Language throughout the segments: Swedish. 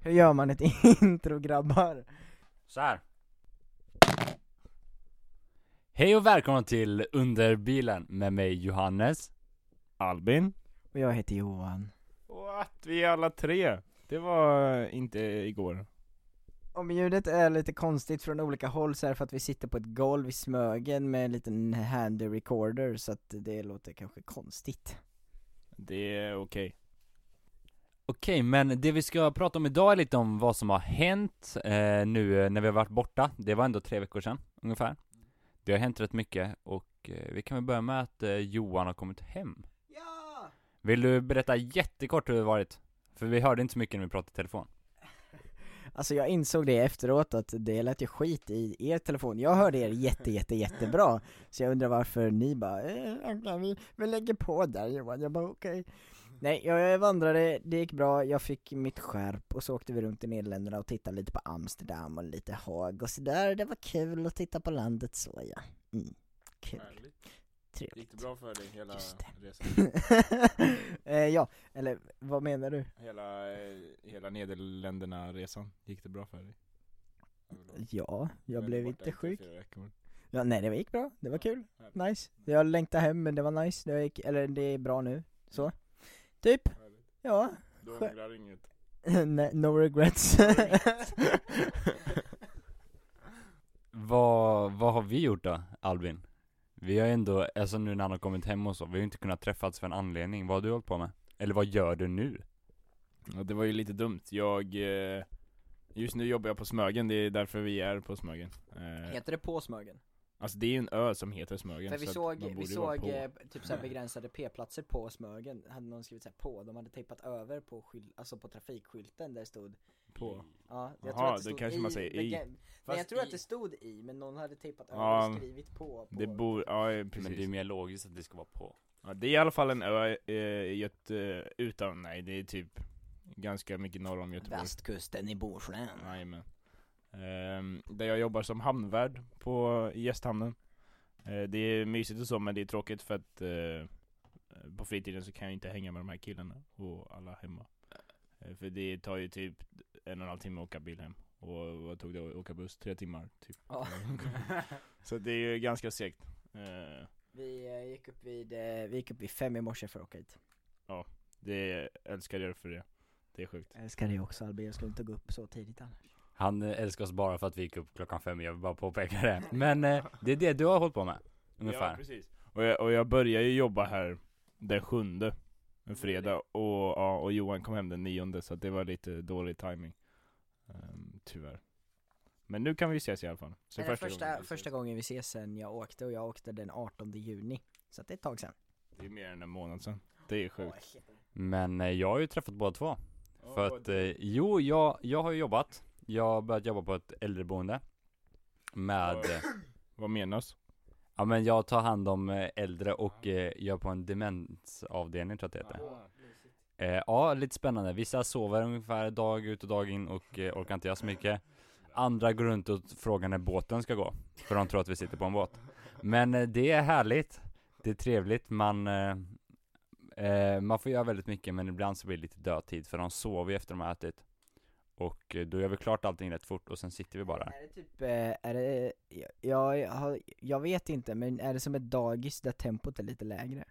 Hur gör man ett intro, grabbar? Så här. Hej och välkomna till Under bilen med mig Johannes, Albin. Och jag heter Johan. What? Vi är alla tre. Det var inte igår. Om ljudet är lite konstigt från olika håll så är det för att vi sitter på ett golv i Smögen med en liten handy recorder, så att det låter kanske konstigt. Det är okej. Okej, men det vi ska prata om idag är lite om vad som har hänt nu när vi har varit borta. Det var ändå 3 veckor sedan ungefär. Det har hänt rätt mycket och vi kan väl börja med att Johan har kommit hem. Ja! Vill du berätta jättekort hur det har varit? För vi hörde inte så mycket när vi pratade i telefon. Alltså jag insåg det efteråt att det lät ju skit i er telefon. Jag hörde er jättebra. Så jag undrar varför ni bara vi lägger på där, Johan. Jag bara okej. Nej, jag vandrade, det gick bra, jag fick mitt skärp och så åkte vi runt i Nederländerna och tittade lite på Amsterdam och lite Haag och sådär. Det var kul att titta på landet så, ja. Kul. Trevligt. Gick det bra för dig hela Just resan? ja, eller vad menar du? Hela Nederländerna-resan, gick det bra för dig? Ja, jag blev inte sjuk. 4 veckor. Ja, nej, det gick bra, det var kul. Nice. Jag längtade hem, men det var nice. Det är bra nu, så. Typ, ja. Du ångrar inget. No regrets. Vad har vi gjort då, Albin? Vi har ändå, alltså nu när han har kommit hem och så, vi har ju inte kunnat träffas för en anledning. Vad har du hållit på med? Eller vad gör du nu? Ja, det var ju lite dumt. Just nu jobbar jag på Smögen, det är därför vi är på Smögen. Heter det på Smögen? Alltså det är ju en ö som heter Smögen. För vi så såg typ såhär på. begränsade p-platser på Smögen. Hade någon skrivit såhär på, de hade tejpat över på alltså på trafikskylten där det stod På. Ja, jag tror Jaha, att det det stod kanske man säger i. Nej, jag tror att det stod i, men någon hade tejpat över och skrivit på. Det bor, ja precis. Men det är mer logiskt att det ska vara på. Ja, det är i alla fall en ö det är typ ganska mycket norr om Göteborg. Västkusten i Bohuslän. Jajamän. Där jag jobbar som hamnvärd i gästhamnen. Det är mysigt och så, men det är tråkigt för att på fritiden så kan jag inte hänga med de här killarna och alla hemma. För det tar ju typ 1,5 timme att åka bil hem. Och vad tog det att åka buss? 3 timmar typ. Ja. Så det är ju ganska segt. Vi gick upp vid 5 i morse för att åka hit. Ja, det älskar jag för det. Det är sjukt. Jag älskar det också, Albin. Jag skulle inte gå upp så tidigt annars. Han älskar oss bara för att vi gick upp klockan 5. Jag vill bara påpeka det. Men det är det du har hållit på med ungefär. Ja, precis. Och jag började ju jobba här den 7:e, en fredag. Och Johan kom hem den 9:e, så det var lite dålig timing. Tyvärr. Men nu kan vi ses i alla fall. Så Det är första gången vi ses sen jag åkte, och jag åkte den 18 juni. Så att det är ett tag sen. Det är mer än en månad sen. Det är sjukt. Men jag har ju träffat båda två. För att, jag har ju jobbat. Jag har börjat jobba på ett äldreboende. Med... Vad menas? Ja, men jag tar hand om äldre och gör på en demensavdelning, tror jag att det heter. Ja, lite spännande. Vissa sover ungefär dag ut och dag in och orkar inte göra så mycket. Andra går runt och frågar när båten ska gå. För de tror att vi sitter på en båt. Men det är härligt. Det är trevligt. Man får göra väldigt mycket, men ibland så blir det lite dödtid. För de sover ju efter de har ätit. Och då gör vi klart allting rätt fort och sen sitter vi bara. Är det typ, jag vet inte, men är det som ett dagis där tempot är lite lägre?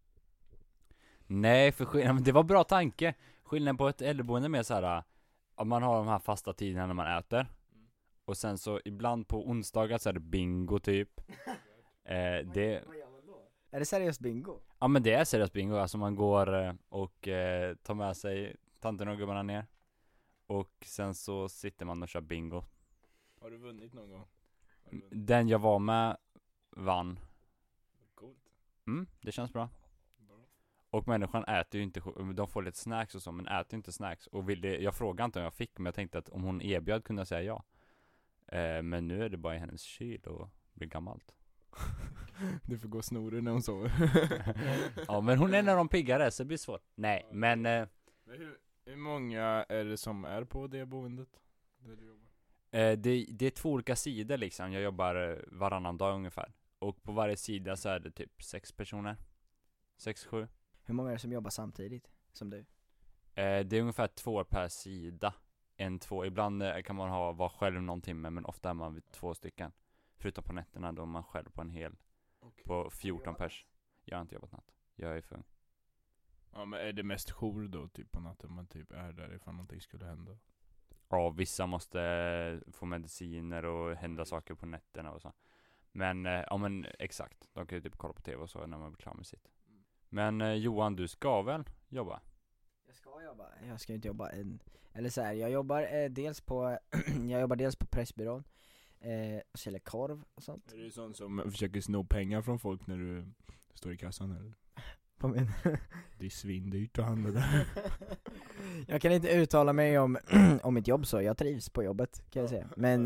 Nej, men det var bra tanke. Skillnaden på ett äldreboende med så här, att man har de här fasta tiderna när man äter. Och sen så ibland på onsdagar så är det bingo typ. Vad gör man då? Är det seriöst bingo? Ja, men det är seriöst bingo. Alltså man går och tar med sig tanten och gubbarna ner. Och sen så sitter man och kör bingo. Har du vunnit någon gång? Den jag var med vann. Coolt. Det känns bra. Och människan äter ju inte, de får lite snacks och så, men äter inte snacks. Och jag frågade inte om jag fick, men jag tänkte att om hon erbjöd kunde jag säga ja. Men nu är det bara i hennes kyl och blir gammalt. Du får gå snoren när hon sover. Ja, men hon är när de piggare, så det blir svårt. Nej, men hur många är det som är på det boendet där du jobbar? det är 2 olika sidor liksom. Jag jobbar varannan dag ungefär. Och på varje sida så är det typ 6 personer. 6-7. Hur många är det som jobbar samtidigt som du? Det är ungefär 2 per sida. 2. Ibland kan man vara själv någon timme, men ofta är man 2 stycken. Förutom på nätterna då är man själv på en hel, på 14 pers. Jag har inte jobbat natt. Jag är för ung. Ja, men är det mest jour då typ på natten man typ är där ifall någonting skulle hända? Ja, vissa måste få mediciner och hända saker på nätterna och så. Men, ja men exakt. De kan ju typ kolla på tv och så när man blir klar med sitt. Men Johan, du ska väl jobba? Jag ska jobba. Jag ska inte jobba än. Eller så här, jag jobbar dels på jag jobbar dels på Pressbyrån och säljer korv och sånt. Är du sån som försöker sno pengar från folk när du står i kassan eller? På min Det är svindyrt att handla där. Jag kan inte uttala mig om om mitt jobb, så jag trivs på jobbet kan jag säga. Men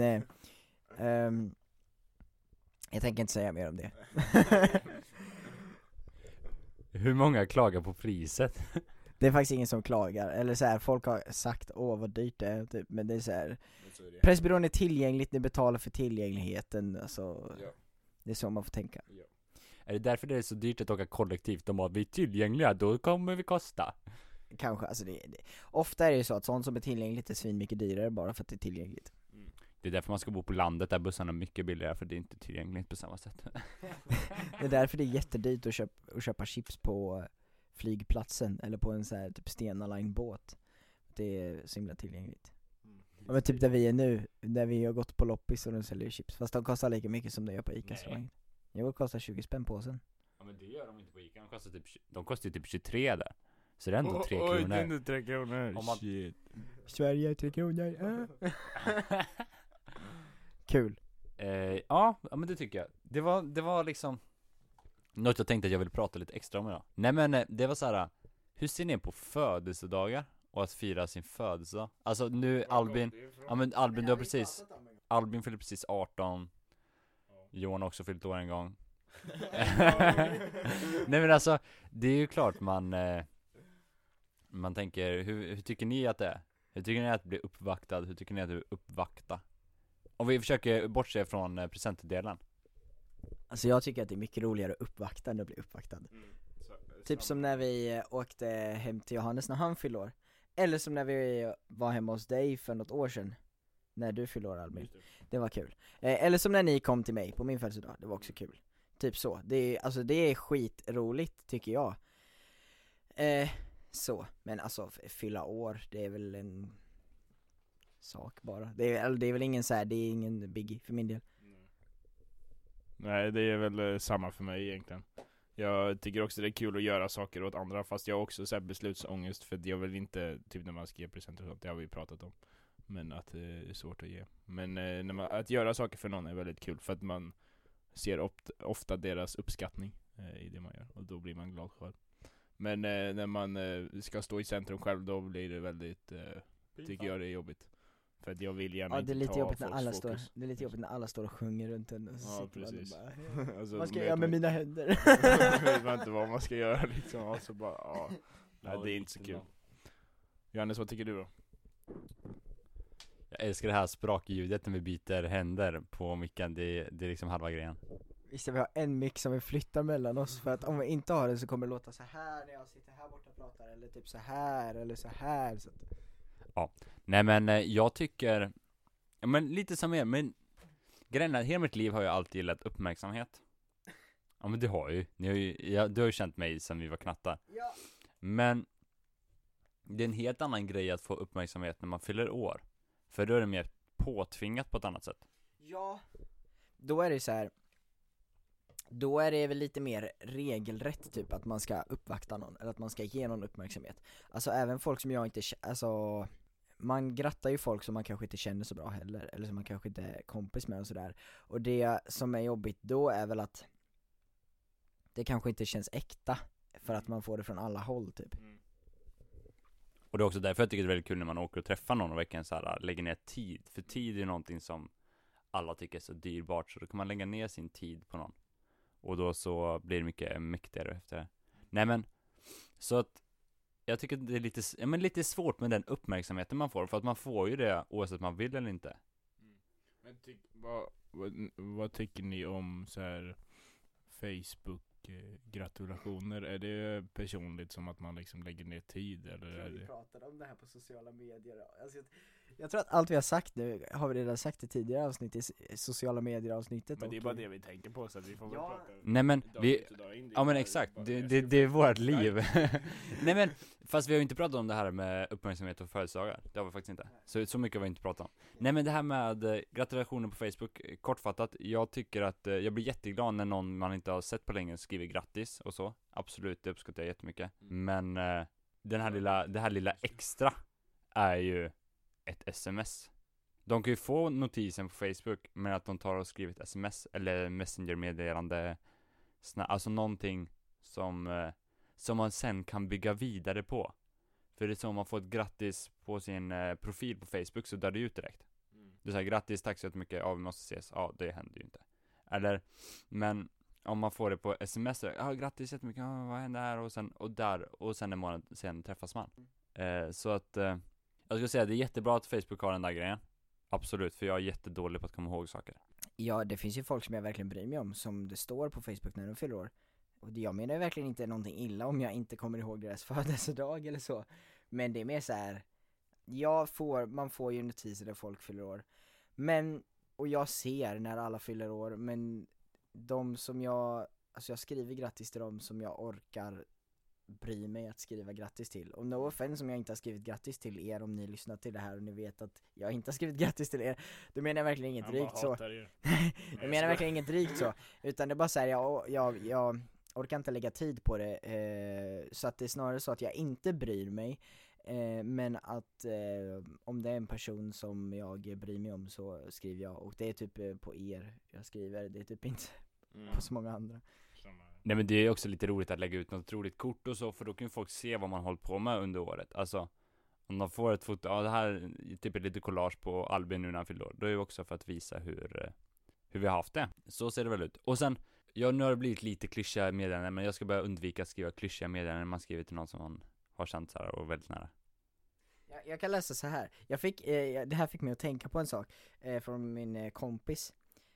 jag tänker inte säga mer om det. Hur många klagar på priset? Det är faktiskt ingen som klagar. Eller så här, folk har sagt vad dyrt det är typ. Men det är så här, Pressbyrån är tillgängligt, ni betalar för tillgängligheten. Alltså, Ja. det är så man får tänka. Är det därför det är så dyrt att åka kollektivt? De bara, vi är tillgängliga, då kommer vi kosta. Kanske, alltså ofta är det ju så att sånt som är tillgängligt är svin mycket dyrare bara för att det är tillgängligt. Det är därför man ska bo på landet där bussarna är mycket billigare, för det är inte tillgängligt på samma sätt. Det är därför det är jättedyrt att köpa chips på flygplatsen eller på en så här typ Stena Line-båt. Det är så himla tillgängligt. Ja, men typ där vi är nu, där vi har gått på loppis och de säljer chips. Fast de kostar lika mycket som det gör på Ica-restaurangen. Jo, det kostar 20 spänn påsen. Ja, men det gör de inte på Ica. De kostar typ 23 där. Så det är ändå 3 Oj, kronor. det är ändå 3 kronor. Om man- Shit. Sverige 3 kronor. Kul. Ja, men det tycker jag. Det var liksom något jag tänkte att jag ville prata lite extra om idag. Nej men det var så här. Hur ser ni på födelsedagar och att fira sin födelsedag? Alltså nu Albin, ja men Albin, du har precis, Albin fyllde precis 18. Johan har också fyllt år en gång. Nej men alltså, det är ju klart man tänker, hur tycker ni att det är? Hur tycker ni att bli uppvaktad? Hur tycker ni att du uppvakta? Om vi försöker bortse från presentdelen. Alltså jag tycker att det är mycket roligare att uppvakta än att bli uppvaktad. Typ som när vi åkte hem till Johannes när han fyllde år. Eller som när vi var hemma hos dig för något år sedan. När du fyllde år, Albin. Det var kul. Eller som när ni kom till mig på min födelsedag. Det var också kul. Typ så. Det är skitroligt tycker jag. Så. Men alltså fylla år, det är väl en sak bara. Det är väl ingen så här, det är ingen biggie för min del. Nej, det är väl samma för mig egentligen. Jag tycker också det är kul att göra saker åt andra, fast jag har också så här beslutsångest för att jag vill inte, typ när man ska ge presenter och sånt, det har vi pratat om. Men att det är svårt att ge. Men att göra saker för någon är väldigt kul för att man ser ofta deras uppskattning i det man gör, och då blir man glad själv. Men när man ska stå i centrum själv, då blir det väldigt, tycker jag det är jobbigt. För att jag vill gärna det är inte lite ta jobbigt när folks alla fokus. står. Det är lite jobbigt när alla står och sjunger runt en och så Ja, sitter precis. man och bara, Alltså, vad ska vet jag göra med man- mina händer? vet man inte vad man ska göra liksom, och så bara, ja. Nej, det är inte så kul. Johannes, vad tycker du då? Jag älskar det här sprakljudet när vi byter händer på micken. Det är liksom halva grejen. Visst, vi har en mick som vi flyttar mellan oss. För att om vi inte har det så kommer det låta så här när jag sitter här borta och pratar. Eller typ så här eller så här så att... Nej men jag tycker, ja, men lite som er, men grejen är att hela mitt liv har jag alltid gillat uppmärksamhet. Ja men det har ju, du har ju känt mig sedan vi var knattar. Ja. Men det är en helt annan grej att få uppmärksamhet när man fyller år. För då är det mer påtvingat på ett annat sätt. Ja. Då är det så här. Då är det väl lite mer regelrätt typ att man ska uppvakta någon. Eller att man ska ge någon uppmärksamhet. Alltså även folk som jag inte alltså man grattar ju folk som man kanske inte känner så bra heller. Eller som man kanske inte är kompis med och sådär. Och det som är jobbigt då är väl att det kanske inte känns äkta. För att man får det från alla håll typ. Och det är också därför jag tycker det är väldigt kul när man åker och träffar någon och verkligen så här, lägger ner tid. För tid är någonting som alla tycker är så dyrbart. Så då kan man lägga ner sin tid på någon. Och då så blir det mycket mäktigare efter det. Nej men, så att jag tycker det är lite svårt med den uppmärksamheten man får. För att man får ju det oavsett man vill eller inte. Men vad tycker ni om så här Facebook-gratulationer? Är det personligt som att man liksom lägger ner tid? Eller är Vi det... pratade om det här på sociala medier. Alltså, Jag tror att allt vi har sagt nu har vi redan sagt i tidigare avsnitt, i sociala medier avsnittet. Men det är bara det vi tänker på, så att vi får väl prata. Nej men dag vi, ut och dag in. ja men exakt, det är vårt liv. Nej men, fast vi har ju inte pratat om det här med uppmärksamhet och födelsedagar. Det har vi faktiskt inte. Så mycket har vi inte pratat om. Nej men det här med gratulationer på Facebook, kortfattat. Jag tycker att jag blir jätteglad när någon man inte har sett på länge skriver grattis och så. Absolut, det uppskattar jag jättemycket. Men det här lilla extra är ju ett sms. De kan ju få notisen på Facebook, men att de tar och skriver ett sms eller messenger-meddelande, alltså någonting som man sen kan bygga vidare på. För det är så, om man får ett grattis på sin profil på Facebook, så dör det ut direkt. Det är så här, grattis, tack så mycket, ja vi måste ses, ja det händer ju inte. Eller, men om man får det på sms, ja grattis jättemycket, ja, vad händer här, och sen en månad sen träffas man. Så att jag skulle säga det är jättebra att Facebook har den där grejen. Absolut, för jag är jättedålig på att komma ihåg saker. Ja, det finns ju folk som jag verkligen bryr mig om, som det står på Facebook när de fyller år. Och jag menar verkligen inte någonting illa om jag inte kommer ihåg deras födelsedag eller så. Men det är mer så här, man får ju notiser där folk fyller år. Men, och jag ser när alla fyller år, men de som jag skriver grattis till dem som jag orkar bry mig att skriva grattis till. Och no offense om jag inte har skrivit grattis till er, om ni lyssnar till det här och ni vet att jag inte har skrivit grattis till er, då menar jag verkligen inget drygt så. Jag menar verkligen inget drygt så, utan det är bara så här, jag orkar inte lägga tid på det, så att det är snarare så att jag inte bryr mig, men att om det är en person som jag bryr mig om så skriver jag, och det är typ på er jag skriver, det är typ inte på så många andra. Nej men det är också lite roligt att lägga ut något roligt kort och så, för då kan ju folk se vad man hållit på med under året. Alltså, om de får ett foto, ja det här är typ lite collage på Albin nu när han fyller år, då är det också för att visa hur vi har haft det. Så ser det väl ut. Och sen, nu har det blivit lite klyschiga meddelanden, men jag ska börja undvika att skriva klyschiga meddelanden när man skriver till någon som man har känt så här och väldigt nära. Jag kan läsa så här. Det här fick mig att tänka på en sak från min kompis.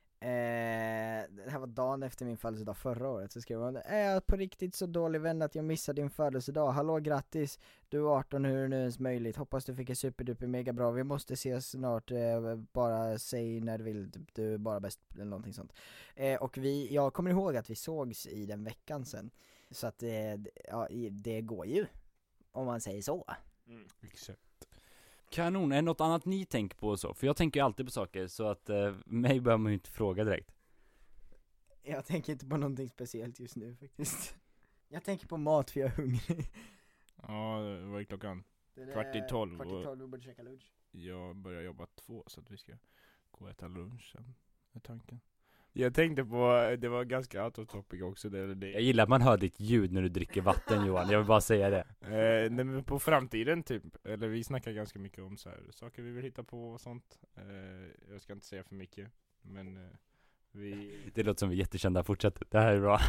Det här var dagen efter min födelsedag förra året. Så skrev han: är jag på riktigt så dålig vän att jag missade din födelsedag? Hallå, grattis, du är 18, hur är det nu ens möjligt? Hoppas du fick en superduper mega bra. Vi måste ses snart, bara säg när du vill, du är bara bäst, eller någonting sånt. Och jag kommer ihåg att vi sågs i den veckan sen. Så att det går ju, om man säger så. Exakt. Kanon, är det något annat ni tänker på så? För jag tänker ju alltid på saker, så att mig behöver man ju inte fråga direkt. Jag tänker inte på någonting speciellt just nu faktiskt. Jag tänker på mat för jag är hungrig. Ja, vad är klockan? 11:45. 11:45, vi borde käka lunch. Jag börjar jobba 2, så att vi ska gå och äta lunch sen, är tanken. Jag tänkte på, det var ganska out of topic också det. Jag gillar att man hör ditt ljud när du dricker vatten, Johan, jag vill bara säga det. Nej, men på framtiden typ, eller vi snackar ganska mycket om så här saker vi vill hitta på och sånt. Jag ska inte säga för mycket, men det låter som vi är jättekända, fortsätt, det här är bra.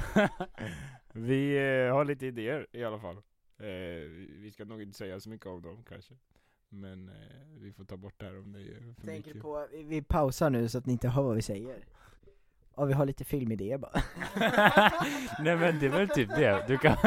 Vi har lite idéer i alla fall. Vi ska nog inte säga så mycket om dem kanske, men vi får ta bort det här om det är för Tänker mycket. på, vi pausar nu så att ni inte hör vad vi säger. Och vi har lite filmidéer bara. Nej men det är väl typ det, du kan...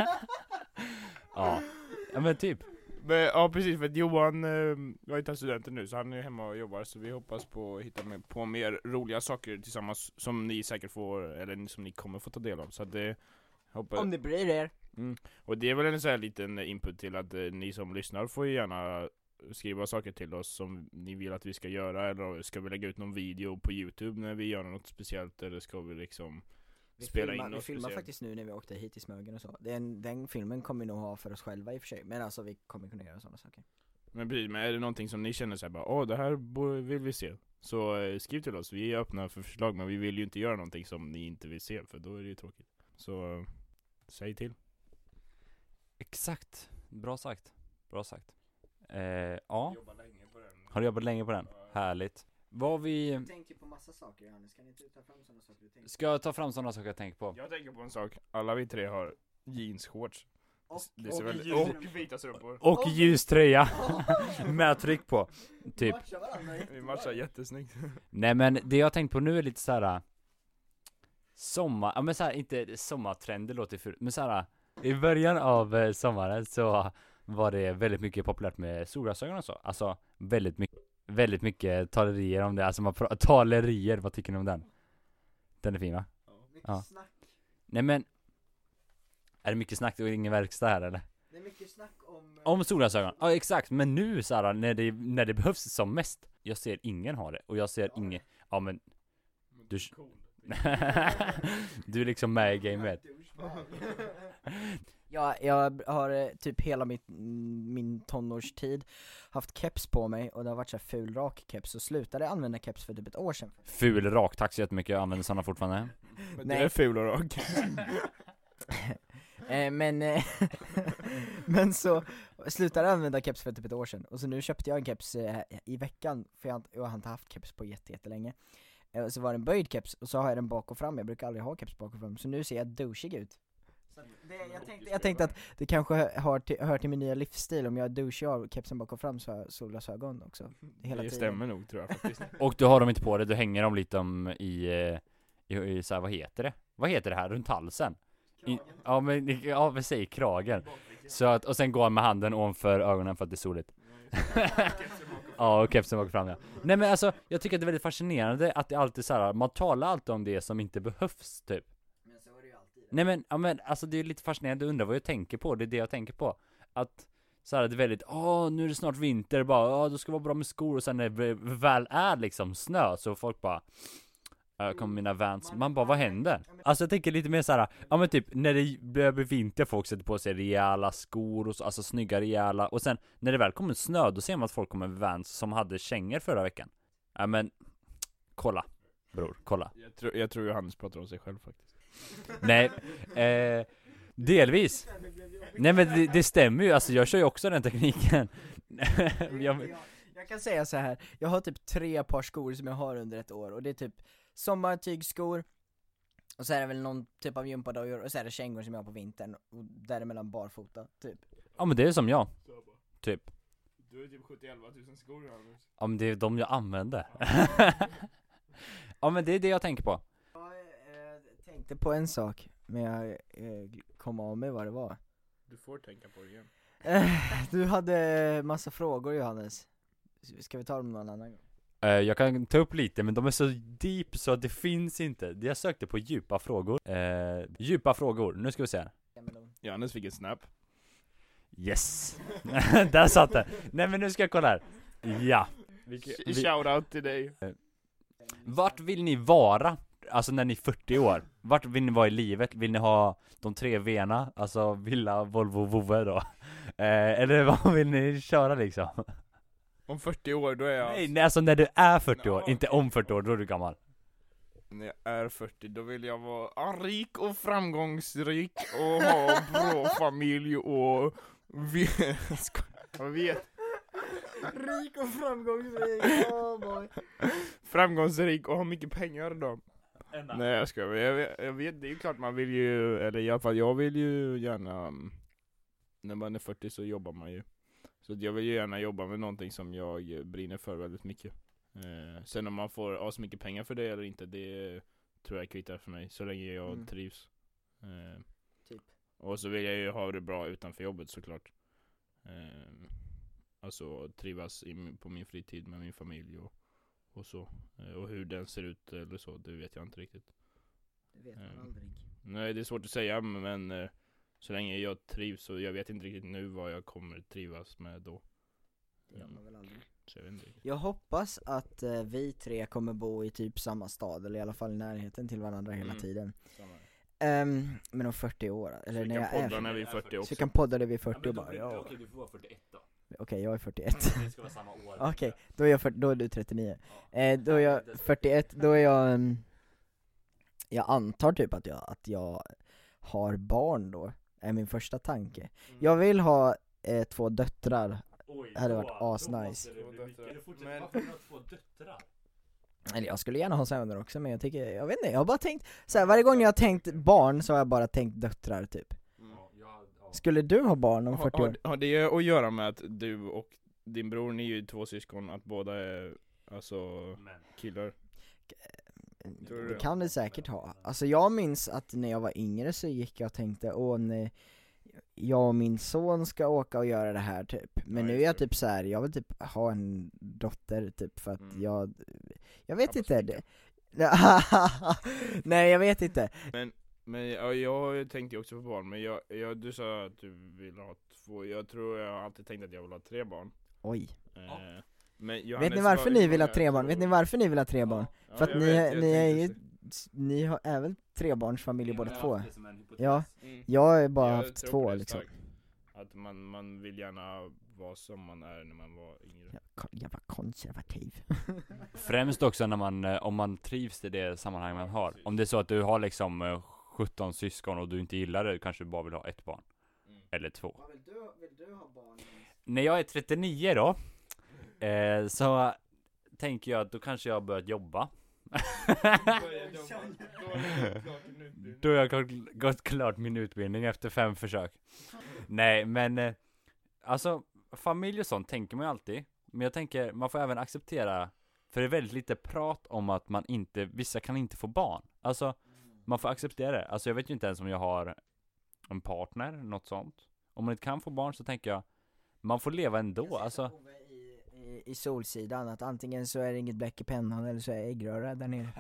ja men typ. Men, ja precis, för att Johan jag är inte studenten nu, så han är hemma och jobbar, så vi hoppas på att hitta på mer roliga saker tillsammans som ni säkert får, eller som ni kommer få ta del av, så att det hoppas... Om det blir er. Och det är väl en sån här liten input till att ni som lyssnar får ju gärna skriva saker till oss som ni vill att vi ska göra, eller ska vi lägga ut någon video på YouTube när vi gör något speciellt, eller ska vi liksom spela in något speciellt? Vi filmar faktiskt nu när vi åkte hit i Smögen och så. Den filmen kommer vi nog ha för oss själva i och för sig, men alltså vi kommer kunna göra sådana saker. Men precis, men är det någonting som ni känner så här bara, det här vill vi se, så skriv till oss, vi är öppna för förslag, men vi vill ju inte göra någonting som ni inte vill se, för då är det ju tråkigt. Så säg till. Exakt, bra sagt. Ja. Har du jobbat länge på den? Härligt. Jag tänker på massa saker, Johannes. Kan ni inte ta fram sådana saker du tänker på? Ska jag ta fram sådana saker jag tänker på? Jag tänker på en sak, alla vi tre har jeansshorts. Och vita strumpor. Och ljus tröja. Med tryck på. Typ. Vi matchar jättesnyggt. Nej men det jag tänkt på nu är lite såhär ja men såhär, inte sommartrender låter för, men såhär i början av sommaren så var det väldigt mycket populärt med solglasögon och så. Alltså väldigt mycket talerier om det. Alltså talerier, vad tycker ni om den? Den är fin, va? Ja. Snack. Nej men, är det mycket snack och ingen verkstad här eller? Det är mycket snack Om solglasögon, ja exakt. Men nu Sara, när det behövs som mest, jag ser ingen ha det. Och jag ser ingen, ja men du, du är liksom med i gamet. Ja, jag har typ hela min tonårstid haft keps på mig, och det har varit så här ful rak keps, och slutade använda keps för typ ett år sedan. Ful rak, tack så jättemycket, jag använder sådana fortfarande. Men Nej. det är ful och rak. Men så slutade jag använda keps för typ ett år sedan, och så nu köpte jag en keps i veckan, för jag har inte haft keps på jättelänge. Och så var det en böjd keps, och så har jag den bak och fram. Jag brukar aldrig ha keps bak och fram, så nu ser jag douchig ut. Så jag tänkte att det kanske hör till min nya livsstil. Om jag är douchig av kepsen bak och fram, så har jag solglasögon också hela Det tiden. stämmer nog, tror jag faktiskt. Och du har dem inte på dig, du hänger dem lite i så här, vad heter det? Vad heter det här runt halsen? Vi säger kragen. Så att, och sen går han med handen ovanför ögonen för att det är soligt. Ja, och kepsen bak fram, ja. Nej men alltså, jag tycker att det är väldigt fascinerande att det alltid så här, man talar alltid om det som inte behövs typ. Men så är det ju alltid. Nej men, ja, men alltså det är lite fascinerande, jag undrar vad jag tänker på, det är det jag tänker på. Att så här, det är väldigt, nu är det snart vinter, bara, det ska vara bra med skor, och sen när det väl är liksom snö, så folk bara, kommer mina Vans, man bara, vad händer? Alltså jag tänker lite mer så här, ja men typ när det börjar bli vinter, folk sätter på sig rejäla skor och så, alltså snygga rejäla, och sen när det väl kommer snö, då ser man att folk kommer med Vans som hade kängor förra veckan. Ja men, kolla bror, kolla. Jag tror Johannes pratar om sig själv faktiskt. Nej, delvis. Nej men det stämmer ju, alltså jag kör ju också den tekniken. Jag kan säga så här, jag har typ 3 par skor som jag har under ett år, och det är typ sommartygskor, och så är det väl någon typ av gympadojor, och så är det kängor som jag har på vintern, och däremellan barfota, typ. Ja men det är som jag, typ. Du har typ 70-11 000 skor, Johannes. Ja men det är de jag använder. Ja men det är det jag tänker på. Jag tänkte på en sak, men jag kom av mig vad det var. Du får tänka på det igen. Du hade massa frågor, Johannes. Ska vi ta dem någon annan gång? Jag kan ta upp lite, men de är så deep så att det finns inte. Jag sökte på djupa frågor. Djupa frågor, nu ska vi se. Johannes fick en snap. Yes. Där satt det. Nej men nu ska jag kolla här. Ja. Shoutout till dig. Vart vill ni vara? Alltså när ni är 40 år. Vart vill ni vara i livet? Vill ni ha de 3 V:na? Alltså villa, Volvo, Vove då? Eller vad vill ni köra liksom? Om 40 år, då är jag... Nej, alltså när du är 40 år, inte om 40 år, då är du gammal. När jag är 40, då vill jag vara rik och framgångsrik och ha bra familj och... Jag vet. Rik och framgångsrik, oh boy. Framgångsrik och ha mycket pengar då. Nej jag ska, jag vet, det är ju klart man vill ju, eller i alla fall jag vill ju gärna, när man är 40 så jobbar man ju. Så jag vill ju gärna jobba med någonting som jag brinner för väldigt mycket. Sen om man får så mycket pengar för det eller inte, det tror jag kvittar för mig, så länge jag trivs. Typ. Och så vill jag ju ha det bra utanför jobbet såklart. Alltså trivas på min fritid med min familj och så. Och hur den ser ut eller så, det vet jag inte riktigt. Det vet man aldrig. Nej, det är svårt att säga, men så länge jag trivs, så jag vet inte riktigt nu vad jag kommer trivas med då. Det vet man väl aldrig. Så jag vet inte riktigt. Jag hoppas att vi 3 kommer bo i typ samma stad, eller i alla fall i närheten till varandra hela tiden. Men om 40 år, eller Så när vi jag kan är podda när vi är 40 så vi också. kan podda när vi är 40 och bara, ja. Okej, du får vara 41 då. Okej, jag är 41. Det ska vara samma år. Okej, då är jag då är du 39. Då är jag 41, då är jag jag antar typ att jag har barn då, är min första tanke. Jag vill ha 2 döttrar. Det hade varit asnice. Eller jag skulle gärna ha söner också, men jag vet inte, jag har bara tänkt så här, varje gång jag har tänkt barn så har jag bara tänkt döttrar typ. Skulle du ha barn om 40 år? Har det att göra med att du och din bror, ni är ju 2 syskon, att båda är alltså killar? Det kan det säkert ha. Alltså jag minns att när jag var yngre så gick jag och tänkte, nej, jag och min son ska åka och göra det här typ. Men Ja, nu är just jag det. typ så här, jag vill typ ha en dotter typ för att Mm. jag vet Pappa inte snicka. Nej jag vet inte. Men ja, jag tänkte ju också på barn, men du sa att du vill ha 2. Jag tror jag har alltid tänkt att jag vill ha 3 barn. Oj. Men Vet Johannes, ni varför hur ni vill ha många 3 barn? tror Vet ni du? varför ni vill ha 3 barn? Ja, För att jag ni, vet, jag ni är tänkte ju, ni har även 3-barnsfamiljer båda två. Ja, Mm. jag har ju bara Jag haft tror 2 på det liksom. starkt. Att man vill gärna vara som man är när man var yngre. Jävla konservativ. Främst också när man, om man trivs i det sammanhang man har. Om det är så att du har liksom 17 syskon och du inte gillar det, kanske du bara vill ha 1 barn. Eller 2. Vill du ha barn? När jag är 39 då, så tänker jag att då kanske jag har börjat jobba. Då har jag gått klart min utbildning efter 5 försök. Nej, men alltså familj och sånt tänker man ju alltid. Men jag tänker, man får även acceptera, för det är väldigt lite prat om att vissa kan inte få barn. Alltså, man får acceptera det. Alltså jag vet ju inte ens om jag har en partner, något sånt. Om man inte kan få barn så tänker jag, man får leva ändå, alltså. I Solsidan, att antingen så är det inget bläck i pennan eller så är det äggröra där nere.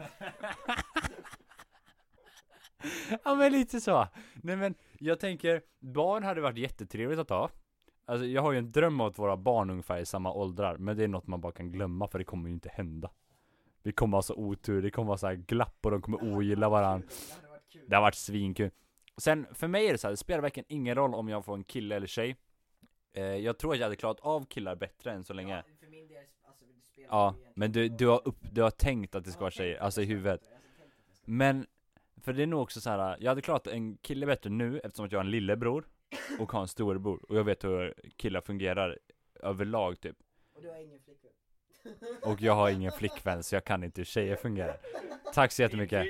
Ja men lite så. Nej men jag tänker, barn hade varit jättetrevligt att ha. Alltså jag har ju en dröm om att våra barn ungefär i samma åldrar. Men det är något man bara kan glömma, för det kommer ju inte hända. Vi kommer ha så otur, det kommer vara så här glapp och de kommer ogilla varandra. Det har varit svinkul. Sen för mig är det så här, det spelar verkligen ingen roll om jag får en kille eller tjej. Jag tror att jag hade klarat av killar bättre än så länge. För min del, alltså, det spelar Ja, men du har tänkt att det ska vara tjejer, alltså i huvudet. Men, för det är nog också så här, jag hade klarat en kille bättre nu eftersom att jag har en lillebror och har en storebror. Och jag vet hur killar fungerar överlag typ. Och du har ingen flickvän. Och jag har ingen flickvän så jag kan inte hur tjejer fungerar. Tack så jättemycket.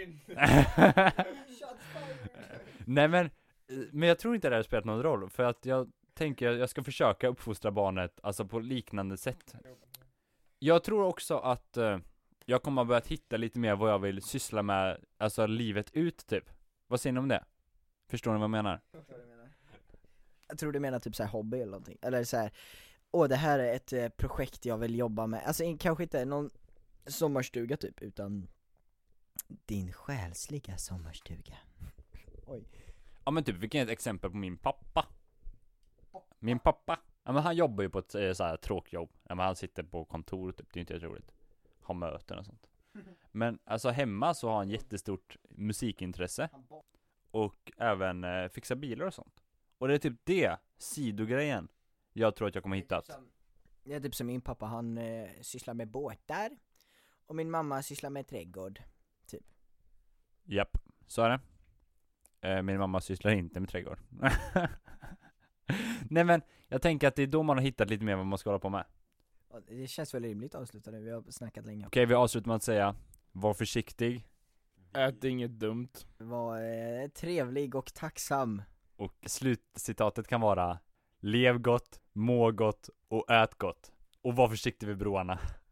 Nej men jag tror inte det här har spelat någon roll. För att jag tänker jag ska försöka uppfostra barnet alltså på liknande sätt. Jag tror också att jag kommer att börja hitta lite mer vad jag vill syssla med, alltså livet ut typ. Vad säger ni om det? Förstår ni vad jag menar? Jag tror du menar typ så här hobby eller någonting. Eller så här, det här är ett projekt jag vill jobba med. Alltså kanske inte någon sommarstuga typ, utan din själsliga sommarstuga. Oj. Ja men typ, vilket är ett exempel på min pappa? Min pappa, ja men han jobbar ju på ett så här tråkjobb. Ja men han sitter på kontor typ, det är inte roligt. Har möten och sånt. Men alltså hemma så har han jättestort musikintresse. Och även fixa bilar och sånt. Och det är typ det, sidogrejen, jag tror att jag kommer hitta. Det är typ som min pappa, han sysslar med båtar. Och min mamma sysslar med trädgård. Japp, så är det. Min mamma sysslar inte med trädgård. Nej men, jag tänker att det är då man har hittat lite mer vad man ska hålla på med. Det känns väl rimligt att avsluta nu, vi har snackat länge. Okej, vi avslutar med att säga, var försiktig. Ät inget dumt. Var trevlig och tacksam. Och slutcitatet kan vara: lev gott, må gott och ät gott. Och var försiktig vid broarna.